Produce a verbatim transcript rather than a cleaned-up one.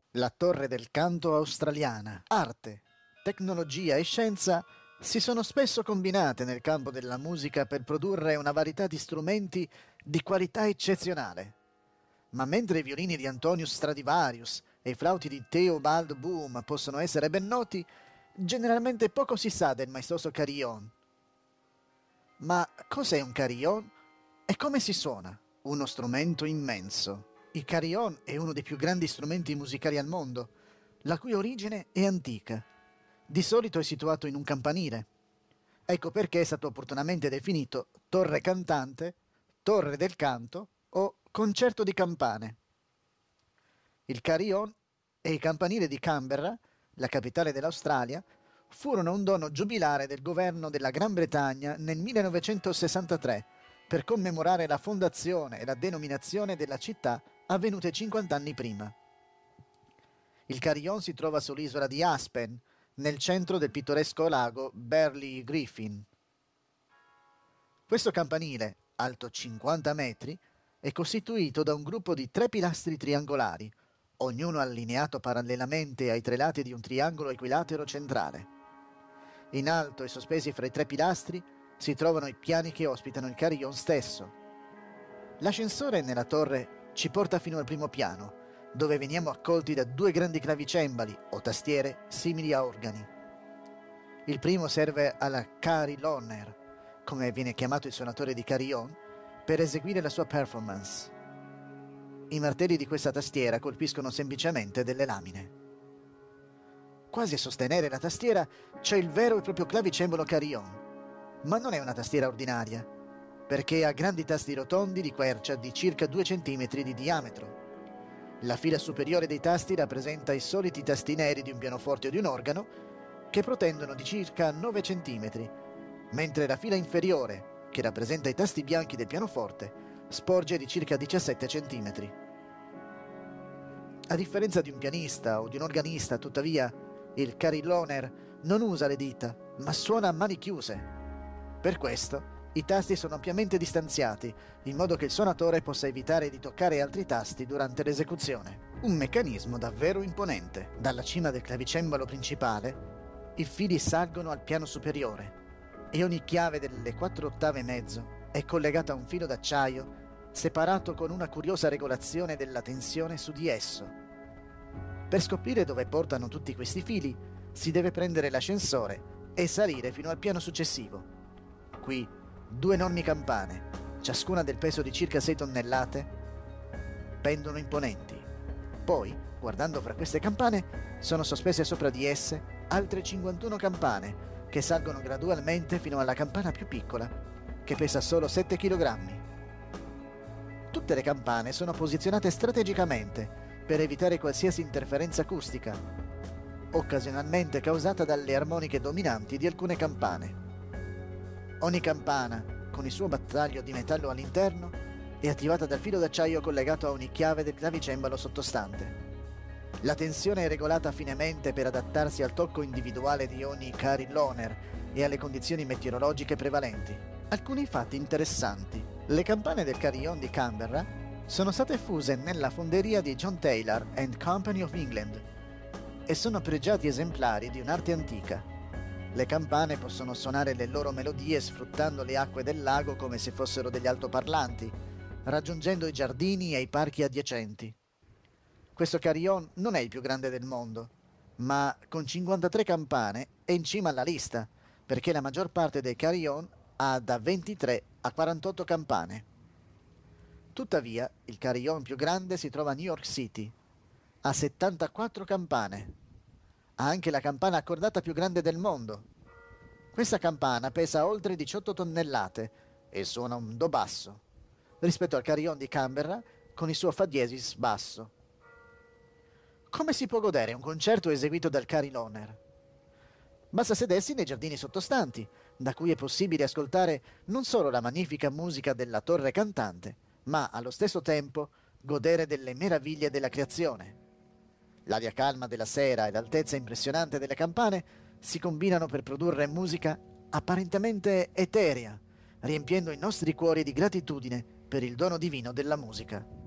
La Torre del Canto australiana. Arte, tecnologia e scienza si sono spesso combinate nel campo della musica per produrre una varietà di strumenti di qualità eccezionale. Ma mentre i violini di Antonius Stradivarius e i flauti di Theobald Boom possono essere ben noti, generalmente poco si sa del maestoso carillon. Ma cos'è un carillon e come si suona? Uno strumento immenso. Il carillon è uno dei più grandi strumenti musicali al mondo, la cui origine è antica. Di solito è situato in un campanile. Ecco perché è stato opportunamente definito torre cantante, torre del canto o concerto di campane. Il carillon e il campanile di Canberra, la capitale dell'Australia, furono un dono giubilare del governo della Gran Bretagna nel millenovecentosessantatré per commemorare la fondazione e la denominazione della città avvenute cinquanta anni prima. Il carillon si trova sull'isola di Aspen, nel centro del pittoresco lago Burley Griffin. Questo campanile, alto cinquanta metri, è costituito da un gruppo di tre pilastri triangolari, ognuno allineato parallelamente ai tre lati di un triangolo equilatero centrale. In alto e sospesi fra i tre pilastri si trovano i piani che ospitano il carillon stesso. L'ascensore nella torre ci porta fino al primo piano, dove veniamo accolti da due grandi clavicembali o tastiere simili a organi. Il primo serve alla carillonner, come viene chiamato il suonatore di carillon, per eseguire la sua performance. I martelli di questa tastiera colpiscono semplicemente delle lamine. Quasi a sostenere la tastiera c'è il vero e proprio clavicembalo carillon, ma non è una tastiera ordinaria, perché ha grandi tasti rotondi di quercia di circa due centimetri di diametro. La fila superiore dei tasti rappresenta i soliti tasti neri di un pianoforte o di un organo, che protendono di circa nove centimetri, mentre la fila inferiore, che rappresenta i tasti bianchi del pianoforte, sporge di circa diciassette centimetri. A differenza di un pianista o di un organista, tuttavia, il carillonner non usa le dita, ma suona a mani chiuse. Per questo, i tasti sono ampiamente distanziati, in modo che il suonatore possa evitare di toccare altri tasti durante l'esecuzione. Un meccanismo davvero imponente. Dalla cima del clavicembalo principale, i fili salgono al piano superiore e ogni chiave delle quattro ottave e mezzo è collegata a un filo d'acciaio separato con una curiosa regolazione della tensione su di esso. Per scoprire dove portano tutti questi fili, si deve prendere l'ascensore e salire fino al piano successivo. Qui, due enormi campane, ciascuna del peso di circa sei tonnellate, pendono imponenti. Poi, guardando fra queste campane, sono sospese sopra di esse altre cinquantuno campane che salgono gradualmente fino alla campana più piccola, che pesa solo sette chilogrammi. Tutte le campane sono posizionate strategicamente per evitare qualsiasi interferenza acustica, occasionalmente causata dalle armoniche dominanti di alcune campane. Ogni campana, con il suo battaglio di metallo all'interno, è attivata dal filo d'acciaio collegato a ogni chiave del clavicembalo sottostante. La tensione è regolata finemente per adattarsi al tocco individuale di ogni carillonner e alle condizioni meteorologiche prevalenti. Alcuni fatti interessanti. Le campane del carillon di Canberra sono state fuse nella fonderia di John Taylor and Company of England e sono pregiati esemplari di un'arte antica. Le campane possono suonare le loro melodie sfruttando le acque del lago come se fossero degli altoparlanti, raggiungendo i giardini e i parchi adiacenti. Questo carillon non è il più grande del mondo, ma con cinquantatré campane è in cima alla lista, perché la maggior parte dei carillon ha da ventitré a quarantotto campane. Tuttavia, il carillon più grande si trova a New York City. Ha settantaquattro campane. Ha anche la campana accordata più grande del mondo. Questa campana pesa oltre diciotto tonnellate e suona un do basso, rispetto al carillon di Canberra con il suo fa diesis basso. Come si può godere un concerto eseguito dal carillonner? Basta sedersi nei giardini sottostanti, da cui è possibile ascoltare non solo la magnifica musica della torre cantante, ma allo stesso tempo godere delle meraviglie della creazione. L'aria calma della sera e l'altezza impressionante delle campane si combinano per produrre musica apparentemente eterea, riempiendo i nostri cuori di gratitudine per il dono divino della musica.